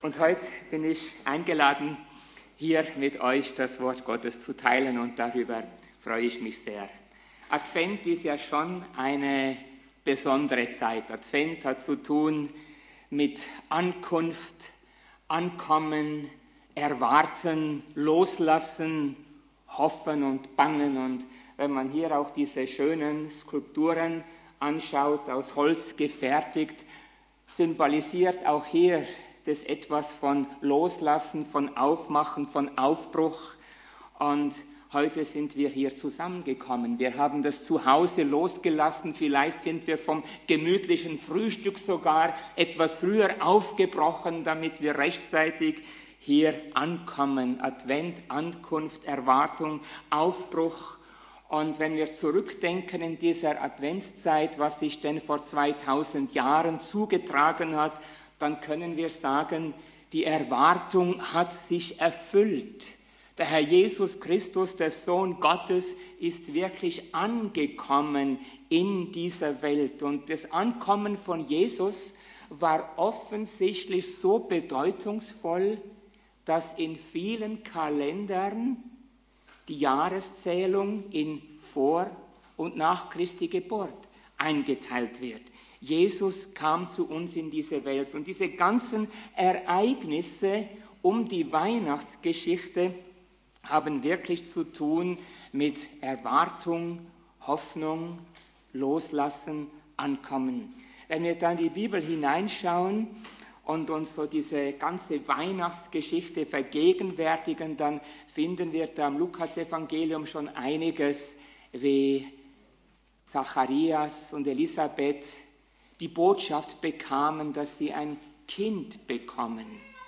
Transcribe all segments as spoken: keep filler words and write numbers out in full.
Und heute bin ich eingeladen, hier mit euch das Wort Gottes zu teilen und darüber freue ich mich sehr. Advent ist ja schon eine besondere Zeit. Advent hat zu tun mit Ankunft, Ankommen, Erwarten, Loslassen, Hoffen und Bangen. Und wenn man hier auch diese schönen Skulpturen anschaut, aus Holz gefertigt, symbolisiert auch hier das etwas von Loslassen, von Aufmachen, von Aufbruch. Und heute sind wir hier zusammengekommen. Wir haben das Zuhause losgelassen. Vielleicht sind wir vom gemütlichen Frühstück sogar etwas früher aufgebrochen, damit wir rechtzeitig hier ankommen. Advent, Ankunft, Erwartung, Aufbruch. Und wenn wir zurückdenken in dieser Adventszeit, was sich denn vor zweitausend Jahren zugetragen hat, dann können wir sagen, die Erwartung hat sich erfüllt. Der Herr Jesus Christus, der Sohn Gottes, ist wirklich angekommen in dieser Welt. Und das Ankommen von Jesus war offensichtlich so bedeutungsvoll, dass in vielen Kalendern die Jahreszählung in Vor- und nach Christi Geburt eingeteilt wird. Jesus kam zu uns in diese Welt und diese ganzen Ereignisse um die Weihnachtsgeschichte haben wirklich zu tun mit Erwartung, Hoffnung, Loslassen, Ankommen. Wenn wir dann in die Bibel hineinschauen und uns so diese ganze Weihnachtsgeschichte vergegenwärtigen, dann finden wir da im Lukas-Evangelium schon einiges, wie Zacharias und Elisabeth die Botschaft bekamen, dass sie ein Kind bekommen.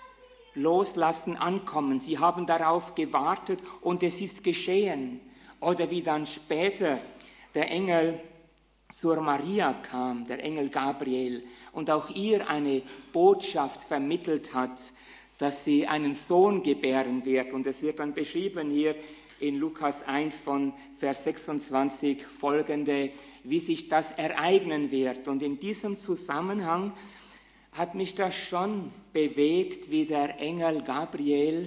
Loslassen, ankommen. Sie haben darauf gewartet und es ist geschehen. Oder wie dann später der Engel zur Maria kam, der Engel Gabriel, und auch ihr eine Botschaft vermittelt hat, dass sie einen Sohn gebären wird. Und es wird dann beschrieben hier in Lukas eins von Vers sechsundzwanzig folgende, wie sich das ereignen wird. Und in diesem Zusammenhang hat mich das schon bewegt, wie der Engel Gabriel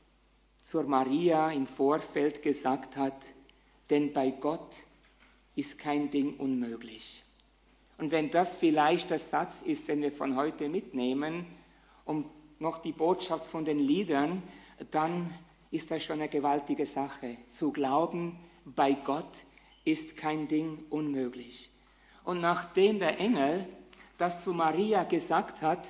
zur Maria im Vorfeld gesagt hat, denn bei Gott ist kein Ding unmöglich. Und wenn das vielleicht der Satz ist, den wir von heute mitnehmen, und noch die Botschaft von den Liedern, dann ist das schon eine gewaltige Sache. Zu glauben, bei Gott ist kein Ding unmöglich. Und nachdem der Engel das zu Maria gesagt hat,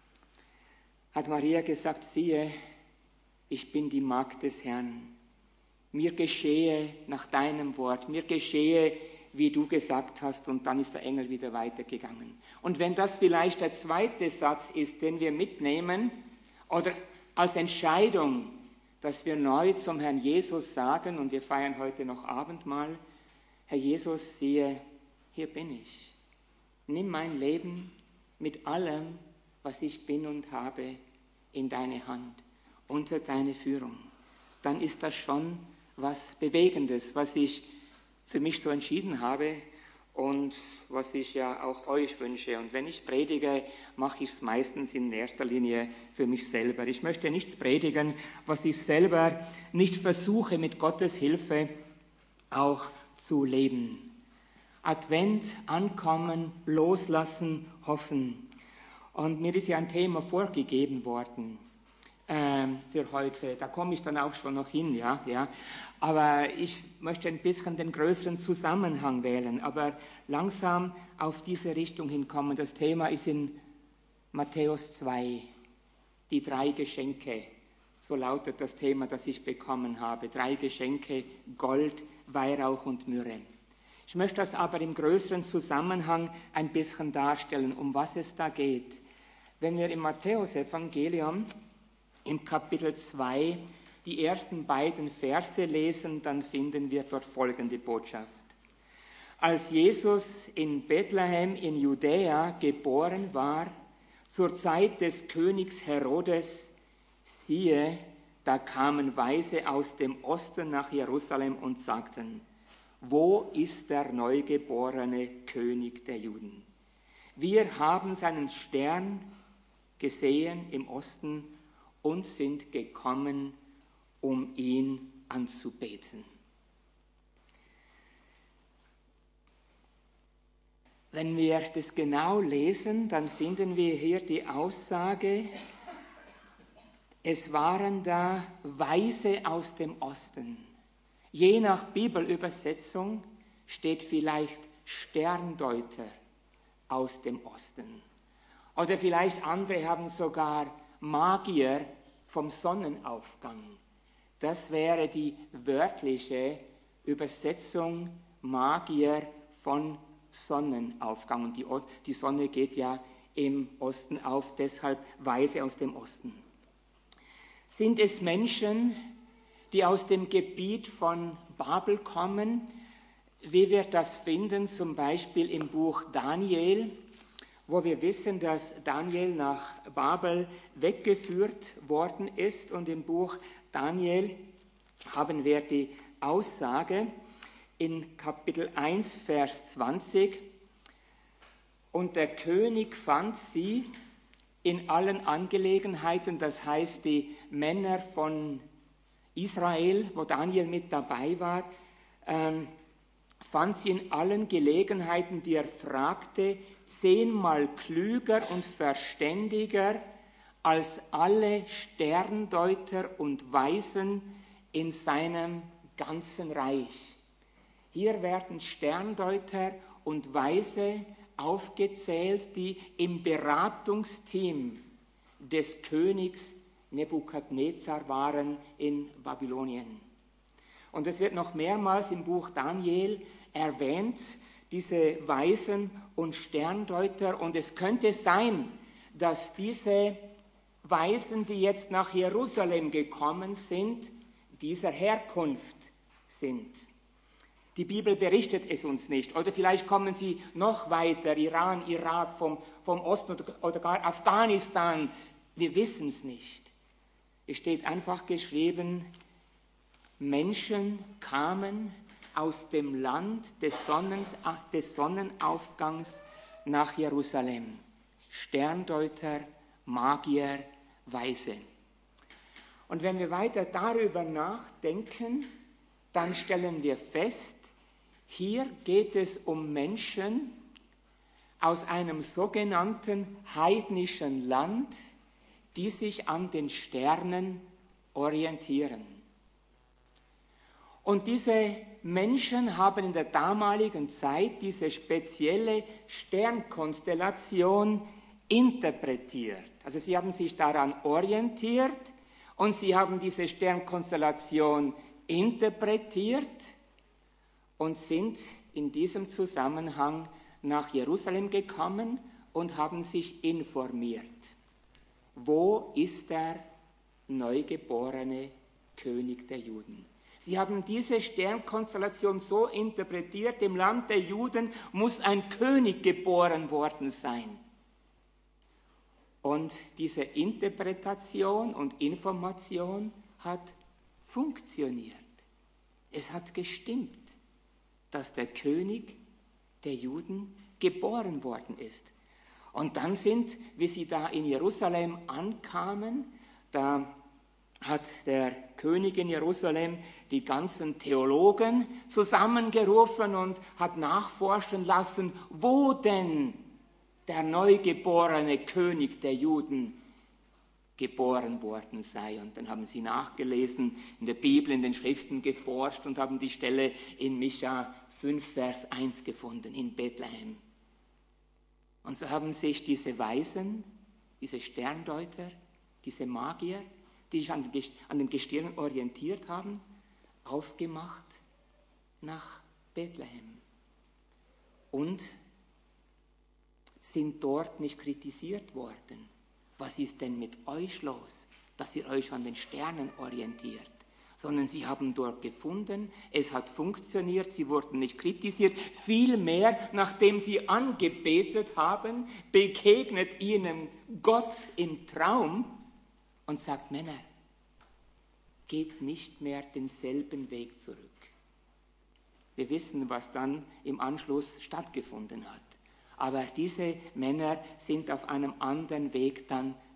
hat Maria gesagt, siehe, ich bin die Magd des Herrn. Mir geschehe nach deinem Wort, mir geschehe, wie du gesagt hast. Und dann ist der Engel wieder weitergegangen. Und wenn das vielleicht der zweite Satz ist, den wir mitnehmen, oder als Entscheidung, dass wir neu zum Herrn Jesus sagen, und wir feiern heute noch Abendmahl, Herr Jesus, siehe, hier bin ich. Nimm mein Leben mit allem, was ich bin und habe, in deine Hand, unter deine Führung. Dann ist das schon was Bewegendes, was ich für mich so entschieden habe und was ich ja auch euch wünsche. Und wenn ich predige, mache ich es meistens in erster Linie für mich selber. Ich möchte nichts predigen, was ich selber nicht versuche, mit Gottes Hilfe auch zu leben. Advent, ankommen, loslassen, hoffen. Und mir ist ja ein Thema vorgegeben worden ähm, für heute. Da komme ich dann auch schon noch hin, ja, ja. Aber ich möchte ein bisschen den größeren Zusammenhang wählen, aber langsam auf diese Richtung hinkommen. Das Thema ist in Matthäus zwei, die drei Geschenke. So lautet das Thema, das ich bekommen habe. Drei Geschenke, Gold, Weihrauch und Myrrhe. Ich möchte das aber im größeren Zusammenhang ein bisschen darstellen, um was es da geht. Wenn wir im Matthäus-Evangelium im Kapitel zwei die ersten beiden Verse lesen, dann finden wir dort folgende Botschaft. Als Jesus in Bethlehem in Judäa geboren war, zur Zeit des Königs Herodes, siehe, da kamen Weise aus dem Osten nach Jerusalem und sagten, wo ist der neugeborene König der Juden? Wir haben seinen Stern gesehen im Osten und sind gekommen, um ihn anzubeten. Wenn wir das genau lesen, dann finden wir hier die Aussage, es waren da Weise aus dem Osten. Je nach Bibelübersetzung steht vielleicht Sterndeuter aus dem Osten. Oder vielleicht andere haben sogar Magier vom Sonnenaufgang. Das wäre die wörtliche Übersetzung Magier von Sonnenaufgang. Und die, die Sonne geht ja im Osten auf, deshalb Weise aus dem Osten. Sind es Menschen, die aus dem Gebiet von Babel kommen, wie wir das finden, zum Beispiel im Buch Daniel, wo wir wissen, dass Daniel nach Babel weggeführt worden ist. Und im Buch Daniel haben wir die Aussage in Kapitel eins, Vers zwanzig. Und der König fand sie in allen Angelegenheiten, das heißt die Männer von Israel, wo Daniel mit dabei war, ähm, fand sie in allen Gelegenheiten, die er fragte, zehnmal klüger und verständiger als alle Sterndeuter und Weisen in seinem ganzen Reich. Hier werden Sterndeuter und Weise aufgezählt, die im Beratungsteam des Königs Nebukadnezar waren in Babylonien. Und es wird noch mehrmals im Buch Daniel erwähnt, diese Weisen und Sterndeuter. Und es könnte sein, dass diese Weisen, die jetzt nach Jerusalem gekommen sind, dieser Herkunft sind. Die Bibel berichtet es uns nicht. Oder vielleicht kommen sie noch weiter, Iran, Irak, vom, vom Osten oder, oder gar Afghanistan. Wir wissen es nicht. Es steht einfach geschrieben, Menschen kamen aus dem Land des, Sonnens, des Sonnenaufgangs nach Jerusalem. Sterndeuter, Magier, Weise. Und wenn wir weiter darüber nachdenken, dann stellen wir fest, hier geht es um Menschen aus einem sogenannten heidnischen Land, die sich an den Sternen orientieren. Und diese Menschen haben in der damaligen Zeit diese spezielle Sternkonstellation interpretiert. Also sie haben sich daran orientiert und sie haben diese Sternkonstellation interpretiert und sind in diesem Zusammenhang nach Jerusalem gekommen und haben sich informiert. Wo ist der neugeborene König der Juden? Sie haben diese Sternkonstellation so interpretiert, im Land der Juden muss ein König geboren worden sein. Und diese Interpretation und Information hat funktioniert. Es hat gestimmt, dass der König der Juden geboren worden ist. Und dann sind, wie sie da in Jerusalem ankamen, da hat der König in Jerusalem die ganzen Theologen zusammengerufen und hat nachforschen lassen, wo denn der neugeborene König der Juden geboren worden sei. Und dann haben sie nachgelesen, in der Bibel, in den Schriften geforscht und haben die Stelle in Micha fünf, Vers eins gefunden, in Bethlehem. Und so haben sich diese Weisen, diese Sterndeuter, diese Magier, die sich an den Gestirnen orientiert haben, aufgemacht nach Bethlehem. Und sind dort nicht kritisiert worden. Was ist denn mit euch los, dass ihr euch an den Sternen orientiert? Sondern sie haben dort gefunden, es hat funktioniert, sie wurden nicht kritisiert. Vielmehr, nachdem sie angebetet haben, begegnet ihnen Gott im Traum und sagt, Männer, geht nicht mehr denselben Weg zurück. Wir wissen, was dann im Anschluss stattgefunden hat. Aber diese Männer sind auf einem anderen Weg dann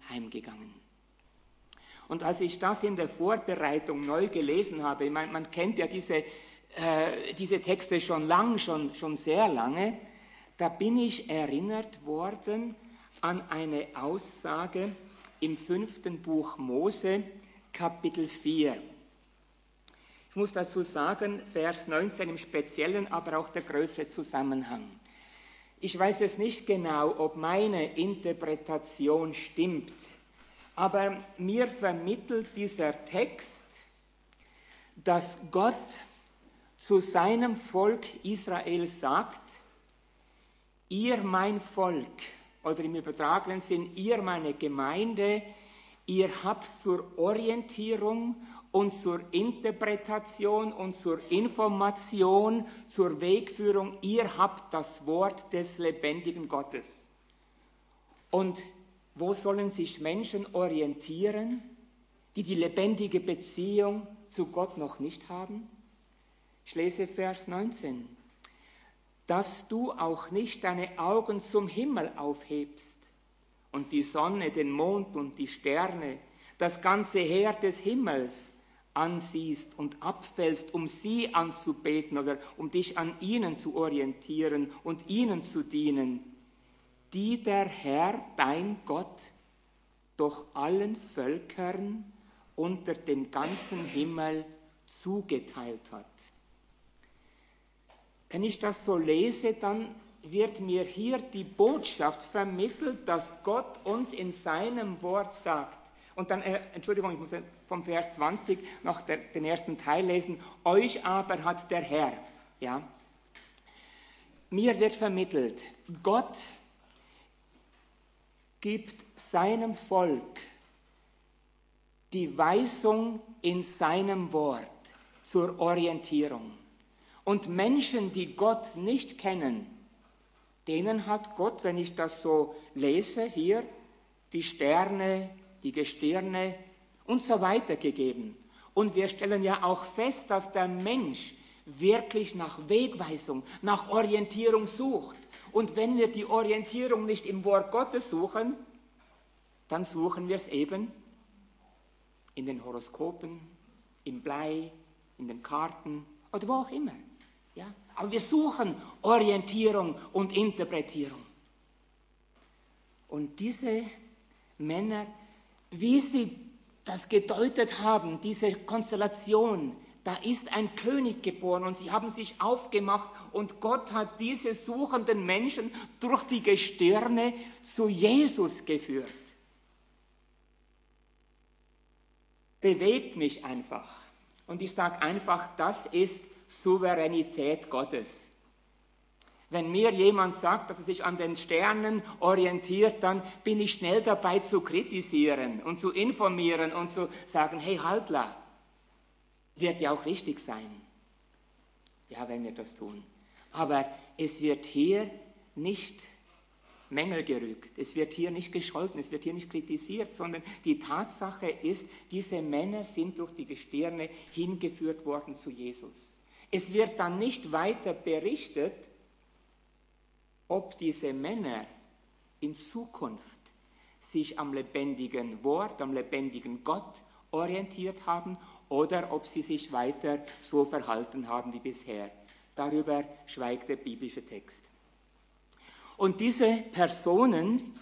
heimgegangen. Und als ich das in der Vorbereitung neu gelesen habe, ich meine, man kennt ja diese, äh, diese Texte schon lang, schon, schon sehr lange, da bin ich erinnert worden an eine Aussage im fünften Buch Mose, Kapitel vier. Ich muss dazu sagen, Vers neunzehn im Speziellen, aber auch der größere Zusammenhang. Ich weiß es nicht genau, ob meine Interpretation stimmt, aber mir vermittelt dieser Text, dass Gott zu seinem Volk Israel sagt, ihr mein Volk, oder im übertragenen Sinn, ihr meine Gemeinde, ihr habt zur Orientierung und zur Interpretation und zur Information, zur Wegführung, ihr habt das Wort des lebendigen Gottes. Und wo sollen sich Menschen orientieren, die die lebendige Beziehung zu Gott noch nicht haben? Ich lese Vers neunzehn. Dass du auch nicht deine Augen zum Himmel aufhebst und die Sonne, den Mond und die Sterne, das ganze Heer des Himmels ansiehst und abfällst, um sie anzubeten oder um dich an ihnen zu orientieren und ihnen zu dienen, die der Herr, dein Gott, doch allen Völkern unter dem ganzen Himmel zugeteilt hat. Wenn ich das so lese, dann wird mir hier die Botschaft vermittelt, dass Gott uns in seinem Wort sagt. Und dann, äh, Entschuldigung, ich muss vom Vers zwanzig noch der, den ersten Teil lesen. Euch aber hat der Herr. Ja. Mir wird vermittelt, Gott gibt seinem Volk die Weisung in seinem Wort zur Orientierung. Und Menschen, die Gott nicht kennen, denen hat Gott, wenn ich das so lese, hier die Sterne, die Gestirne und so weiter gegeben. Und wir stellen ja auch fest, dass der Mensch wirklich nach Wegweisung, nach Orientierung sucht. Und wenn wir die Orientierung nicht im Wort Gottes suchen, dann suchen wir es eben in den Horoskopen, im Blei, in den Karten oder wo auch immer. Ja? Aber wir suchen Orientierung und Interpretierung. Und diese Männer, wie sie das gedeutet haben, diese Konstellation, da ist ein König geboren und sie haben sich aufgemacht und Gott hat diese suchenden Menschen durch die Gestirne zu Jesus geführt. Bewegt mich einfach. Und ich sage einfach, das ist Souveränität Gottes. Wenn mir jemand sagt, dass er sich an den Sternen orientiert, dann bin ich schnell dabei zu kritisieren und zu informieren und zu sagen, hey Haltla, wird ja auch richtig sein. Ja, wenn wir das tun. Aber es wird hier nicht Mängel gerügt, es wird hier nicht gescholten, es wird hier nicht kritisiert, sondern die Tatsache ist, diese Männer sind durch die Gestirne hingeführt worden zu Jesus. Es wird dann nicht weiter berichtet, ob diese Männer in Zukunft sich am lebendigen Wort, am lebendigen Gott orientiert haben oder ob sie sich weiter so verhalten haben wie bisher. Darüber schweigt der biblische Text. Und diese Personen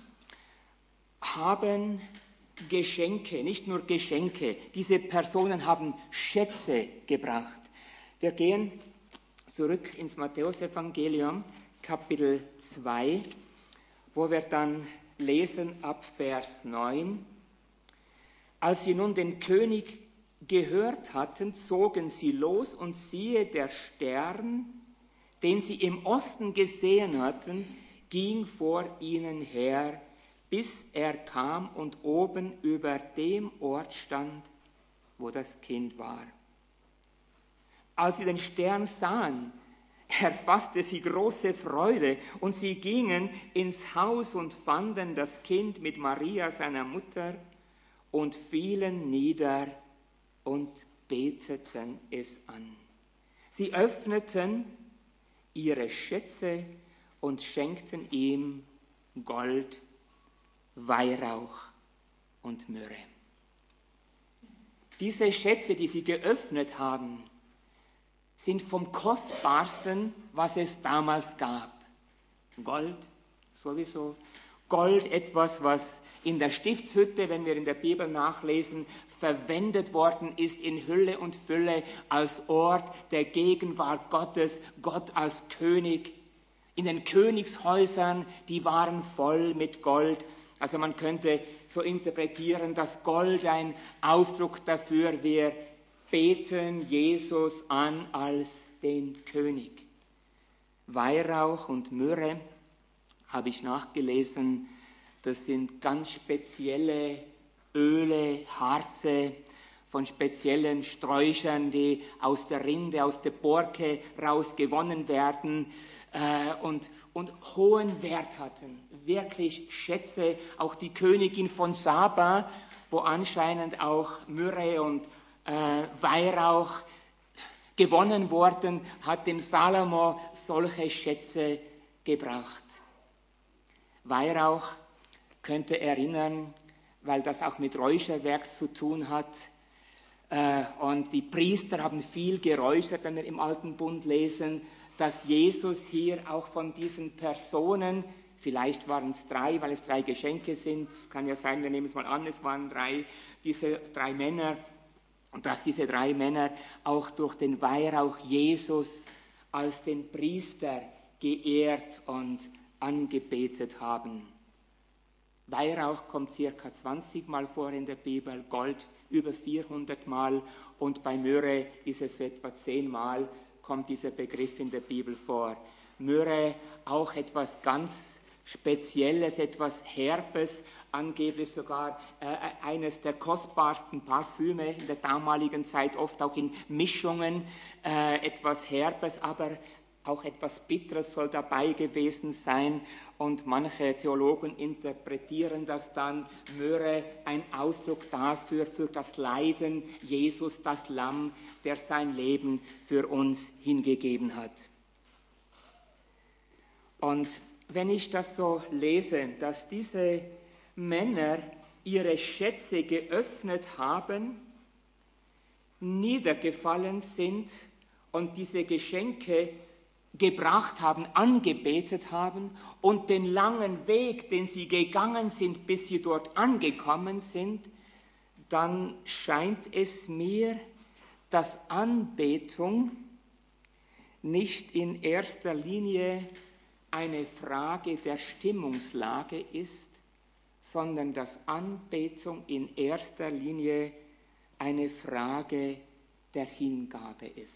haben Geschenke, nicht nur Geschenke, diese Personen haben Schätze gebracht. Wir gehen zurück ins Matthäusevangelium, Kapitel zwei, wo wir dann lesen ab Vers neun. Als sie nun den König gehört hatten, zogen sie los und siehe, der Stern, den sie im Osten gesehen hatten, ging vor ihnen her, bis er kam und oben über dem Ort stand, wo das Kind war. Als sie den Stern sahen, erfasste sie große Freude und sie gingen ins Haus und fanden das Kind mit Maria, seiner Mutter, und fielen nieder und beteten es an. Sie öffneten ihre Schätze und schenkten ihm Gold, Weihrauch und Myrrhe. Diese Schätze, die sie geöffnet haben, sind vom Kostbarsten, was es damals gab. Gold sowieso. Gold, etwas, was in der Stiftshütte, wenn wir in der Bibel nachlesen, verwendet worden ist in Hülle und Fülle als Ort der Gegenwart Gottes, Gott als König. In den Königshäusern, die waren voll mit Gold. Also man könnte so interpretieren, dass Gold ein Ausdruck dafür, wir beten Jesus an als den König. Weihrauch und Myrrhe, habe ich nachgelesen, das sind ganz spezielle Öle, Harze von speziellen Sträuchern, die aus der Rinde, aus der Borke raus gewonnen werden äh, und, und hohen Wert hatten. Wirklich Schätze, auch die Königin von Saba, wo anscheinend auch Myrrhe und äh, Weihrauch gewonnen worden, hat dem Salomo solche Schätze gebracht. Weihrauch könnte erinnern, weil das auch mit Räucherwerk zu tun hat. Und die Priester haben viel geräuchert, wenn wir im Alten Bund lesen, dass Jesus hier auch von diesen Personen, vielleicht waren es drei, weil es drei Geschenke sind, kann ja sein, wir nehmen es mal an, es waren drei, diese drei Männer, und dass diese drei Männer auch durch den Weihrauch Jesus als den Priester geehrt und angebetet haben. Weihrauch kommt circa zwanzig Mal vor in der Bibel, Gold über vierhundert Mal und bei Myrrhe ist es etwa zehn Mal, kommt dieser Begriff in der Bibel vor. Myrrhe auch etwas ganz Spezielles, etwas Herbes, angeblich sogar äh, eines der kostbarsten Parfüme in der damaligen Zeit, oft auch in Mischungen, äh, etwas Herbes, aber auch etwas Bitteres soll dabei gewesen sein. Und manche Theologen interpretieren das dann, Myrrhe, ein Ausdruck dafür, für das Leiden Jesus, das Lamm, der sein Leben für uns hingegeben hat. Und wenn ich das so lese, dass diese Männer ihre Schätze geöffnet haben, niedergefallen sind und diese Geschenke gebracht haben, angebetet haben und den langen Weg, den sie gegangen sind, bis sie dort angekommen sind, dann scheint es mir, dass Anbetung nicht in erster Linie eine Frage der Stimmungslage ist, sondern dass Anbetung in erster Linie eine Frage der Hingabe ist.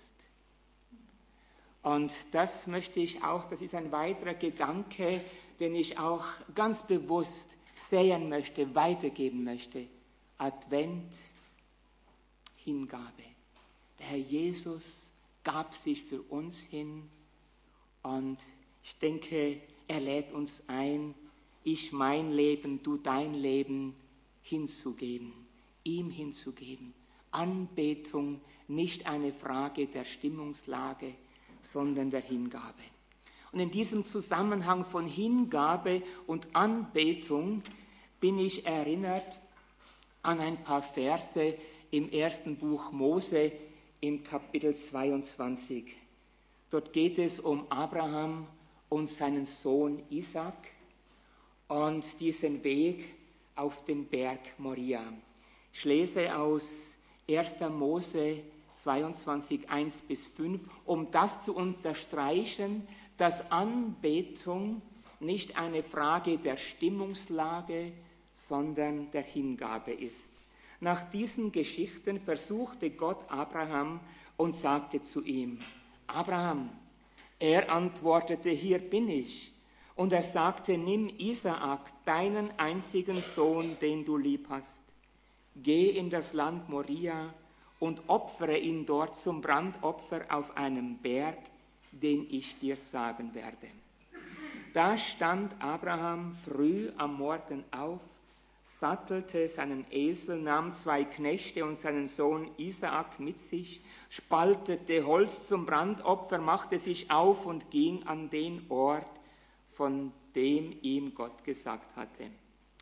Und das möchte ich auch, das ist ein weiterer Gedanke, den ich auch ganz bewusst säen möchte, weitergeben möchte. Advent, Hingabe. Der Herr Jesus gab sich für uns hin und ich denke, er lädt uns ein, ich mein Leben, du dein Leben hinzugeben, ihm hinzugeben. Anbetung, nicht eine Frage der Stimmungslage, sondern der Hingabe. Und in diesem Zusammenhang von Hingabe und Anbetung bin ich erinnert an ein paar Verse im ersten Buch Mose im Kapitel zweiundzwanzig. Dort geht es um Abraham und seinen Sohn Isaac und diesen Weg auf den Berg Moria. Ich lese aus erster Mose zweiundzwanzig, eins bis fünf, um das zu unterstreichen, dass Anbetung nicht eine Frage der Stimmungslage, sondern der Hingabe ist. Nach diesen Geschichten versuchte Gott Abraham und sagte zu ihm, Abraham, er antwortete, hier bin ich. Und er sagte, nimm Isaak, deinen einzigen Sohn, den du lieb hast. Geh in das Land Moria und opfere ihn dort zum Brandopfer auf einem Berg, den ich dir sagen werde. Da stand Abraham früh am Morgen auf, sattelte seinen Esel, nahm zwei Knechte und seinen Sohn Isaak mit sich, spaltete Holz zum Brandopfer, machte sich auf und ging an den Ort, von dem ihm Gott gesagt hatte.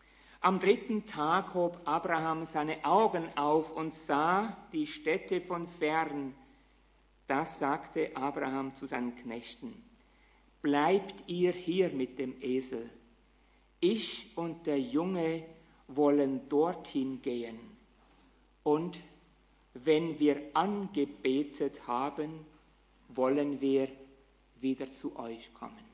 Am dritten Tag hob Abraham seine Augen auf und sah die Städte von fern. Da sagte Abraham zu seinen Knechten: Bleibt ihr hier mit dem Esel. Ich und der Junge wollen dorthin gehen. Und wenn wir angebetet haben, wollen wir wieder zu euch kommen.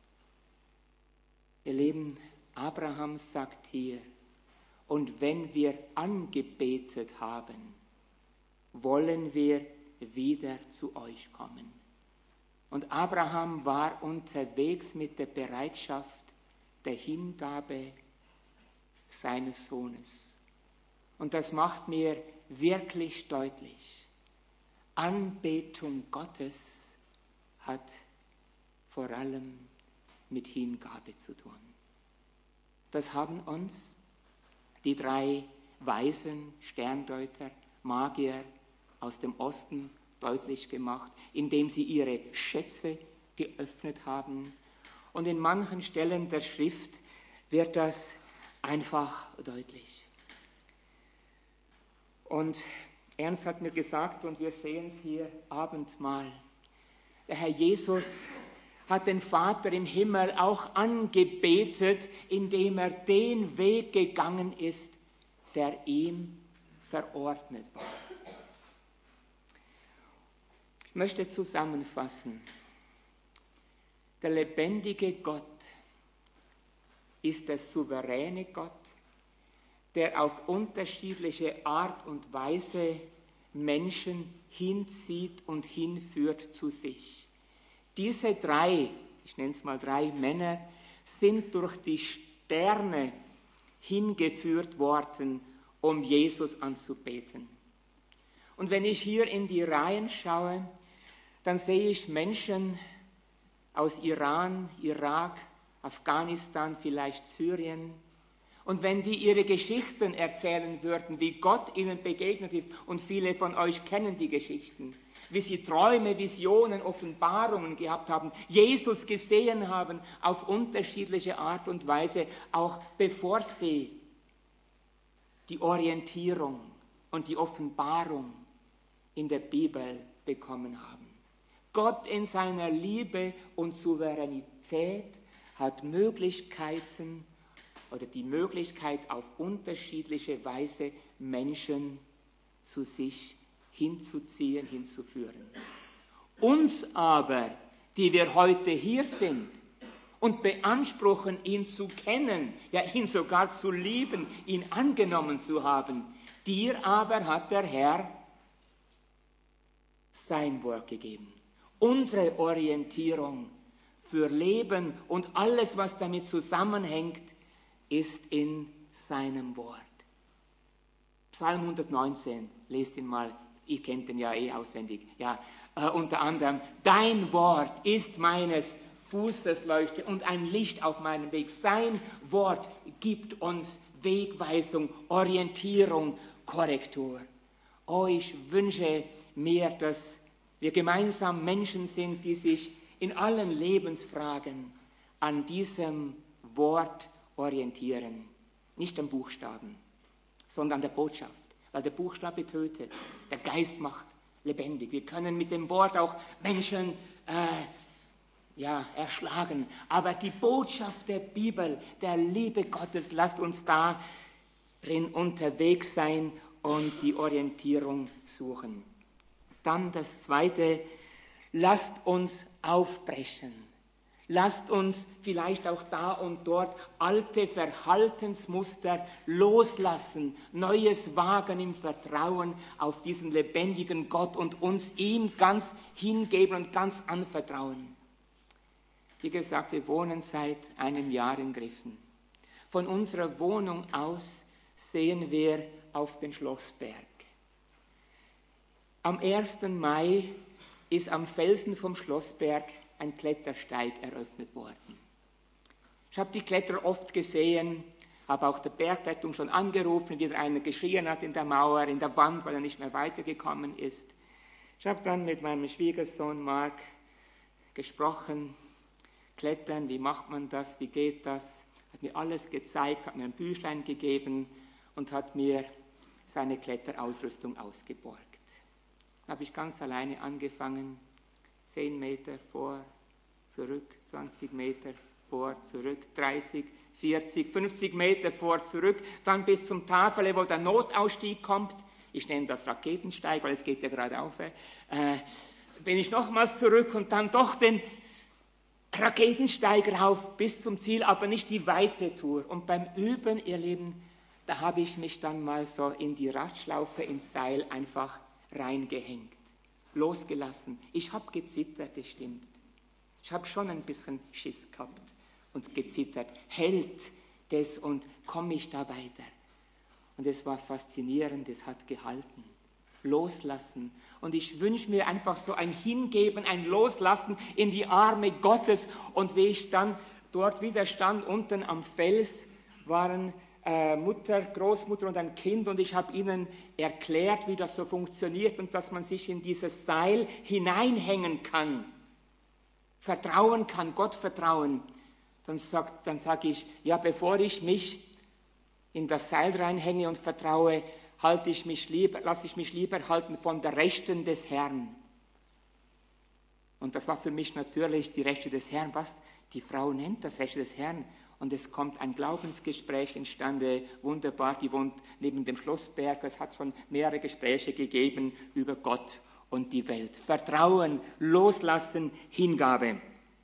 Ihr Lieben, Abraham sagt hier, und wenn wir angebetet haben, wollen wir wieder zu euch kommen. Und Abraham war unterwegs mit der Bereitschaft der Hingabe seines Sohnes. Und das macht mir wirklich deutlich, Anbetung Gottes hat vor allem mit Hingabe zu tun. Das haben uns die drei Weisen, Sterndeuter, Magier aus dem Osten deutlich gemacht, indem sie ihre Schätze geöffnet haben. Und in manchen Stellen der Schrift wird das einfach deutlich. Und Ernst hat mir gesagt, und wir sehen es hier, Abendmahl. Der Herr Jesus hat den Vater im Himmel auch angebetet, indem er den Weg gegangen ist, der ihm verordnet war. Ich möchte zusammenfassen. Der lebendige Gott ist der souveräne Gott, der auf unterschiedliche Art und Weise Menschen hinzieht und hinführt zu sich. Diese drei, ich nenne es mal drei Männer, sind durch die Sterne hingeführt worden, um Jesus anzubeten. Und wenn ich hier in die Reihen schaue, dann sehe ich Menschen aus Iran, Irak, Afghanistan, vielleicht Syrien. Und wenn die ihre Geschichten erzählen würden, wie Gott ihnen begegnet ist, und viele von euch kennen die Geschichten, wie sie Träume, Visionen, Offenbarungen gehabt haben, Jesus gesehen haben auf unterschiedliche Art und Weise, auch bevor sie die Orientierung und die Offenbarung in der Bibel bekommen haben. Gott in seiner Liebe und Souveränität hat Möglichkeiten oder die Möglichkeit, auf unterschiedliche Weise Menschen zu sich hinzuziehen, hinzuführen. Uns aber, die wir heute hier sind und beanspruchen, ihn zu kennen, ja ihn sogar zu lieben, ihn angenommen zu haben, dir aber hat der Herr sein Wort gegeben. Unsere Orientierung für Leben und alles, was damit zusammenhängt, ist in seinem Wort. Psalm hundertneunzehn, lest ihn mal, ihr kennt den ja eh auswendig. Ja, äh, unter anderem, dein Wort ist meines Fußes Leuchte und ein Licht auf meinem Weg. Sein Wort gibt uns Wegweisung, Orientierung, Korrektur. Oh, ich wünsche mir, dass wir gemeinsam Menschen sind, die sich in allen Lebensfragen an diesem Wort orientieren. Nicht am Buchstaben, sondern an der Botschaft. Weil der Buchstabe tötet, der Geist macht lebendig. Wir können mit dem Wort auch Menschen äh, ja, erschlagen. Aber die Botschaft der Bibel, der Liebe Gottes, lasst uns darin unterwegs sein und die Orientierung suchen. Dann das Zweite, lasst uns aufbrechen. Lasst uns vielleicht auch da und dort alte Verhaltensmuster loslassen, Neues wagen im Vertrauen auf diesen lebendigen Gott und uns ihm ganz hingeben und ganz anvertrauen. Wie gesagt, wir wohnen seit einem Jahr in Griffen. Von unserer Wohnung aus sehen wir auf den Schlossberg. Am ersten Mai ist am Felsen vom Schlossberg ein Klettersteig eröffnet worden. Ich habe die Kletterer oft gesehen, habe auch der Bergrettung schon angerufen, wie einer geschrien hat in der Mauer, in der Wand, weil er nicht mehr weitergekommen ist. Ich habe dann mit meinem Schwiegersohn Mark gesprochen, Klettern, wie macht man das, wie geht das? Hat hat mir alles gezeigt, hat mir ein Büchlein gegeben und hat mir seine Kletterausrüstung ausgeborgt. Da habe ich ganz alleine angefangen, zehn Meter vor, zurück, zwanzig Meter vor, zurück, dreißig, vierzig, fünfzig Meter vor, zurück, dann bis zum Tafel, wo der Notausstieg kommt. Ich nenne das Raketensteig, weil es geht ja gerade auf. Äh, bin ich nochmals zurück und dann doch den Raketensteig rauf bis zum Ziel, aber nicht die weite Tour. Und beim Üben, ihr Lieben, da habe ich mich dann mal so in die Radschlaufe, ins Seil einfach reingehängt, losgelassen. Ich habe gezittert, das stimmt. Ich habe schon ein bisschen Schiss gehabt und gezittert. Hält das und komme ich da weiter? Und es war faszinierend, es hat gehalten. Loslassen. Und ich wünsche mir einfach so ein Hingeben, ein Loslassen in die Arme Gottes. Und wie ich dann dort wieder stand, unten am Fels, waren äh, Mutter, Großmutter und ein Kind. Und ich habe ihnen erklärt, wie das so funktioniert und dass man sich in dieses Seil hineinhängen kann. Vertrauen kann, Gott vertrauen. Dann sage dann sag ich, ja, bevor ich mich in das Seil reinhänge und vertraue, halte ich mich lieber, lasse ich mich lieber halten von der Rechten des Herrn. Und das war für mich natürlich die Rechte des Herrn. Was die Frau nennt, das Rechte des Herrn. Und es kommt ein Glaubensgespräch instande, wunderbar, die wohnt neben dem Schlossberg. Es hat schon mehrere Gespräche gegeben über Gott und die Welt. Vertrauen, Loslassen, Hingabe.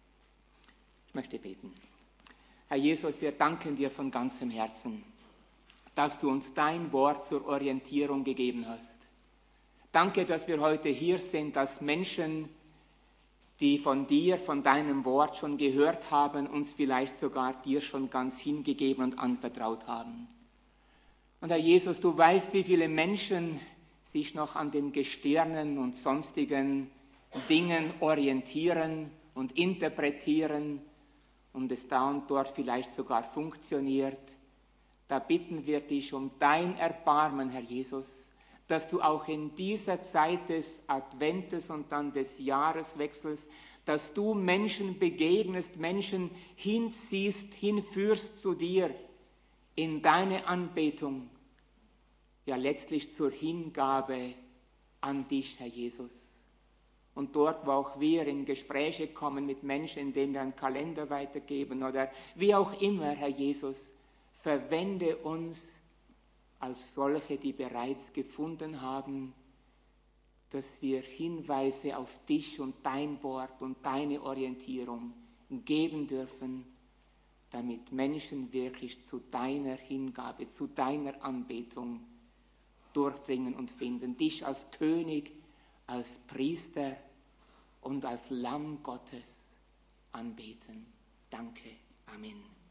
Ich möchte beten. Herr Jesus, wir danken dir von ganzem Herzen, dass du uns dein Wort zur Orientierung gegeben hast. Danke, dass wir heute hier sind, als Menschen, die von dir, von deinem Wort schon gehört haben, uns vielleicht sogar dir schon ganz hingegeben und anvertraut haben. Und Herr Jesus, du weißt, wie viele Menschen sich noch an den Gestirnen und sonstigen Dingen orientieren und interpretieren und es da und dort vielleicht sogar funktioniert. Da bitten wir dich um dein Erbarmen, Herr Jesus, dass du auch in dieser Zeit des Adventes und dann des Jahreswechsels, dass du Menschen begegnest, Menschen hinziehst, hinführst zu dir in deine Anbetung, ja letztlich zur Hingabe an dich, Herr Jesus. Und dort, wo auch wir in Gespräche kommen mit Menschen, indem wir einen Kalender weitergeben oder wie auch immer, Herr Jesus, verwende uns als solche, die bereits gefunden haben, dass wir Hinweise auf dich und dein Wort und deine Orientierung geben dürfen, damit Menschen wirklich zu deiner Hingabe, zu deiner Anbetung durchdringen und finden, dich als König, als Priester und als Lamm Gottes anbeten. Danke. Amen.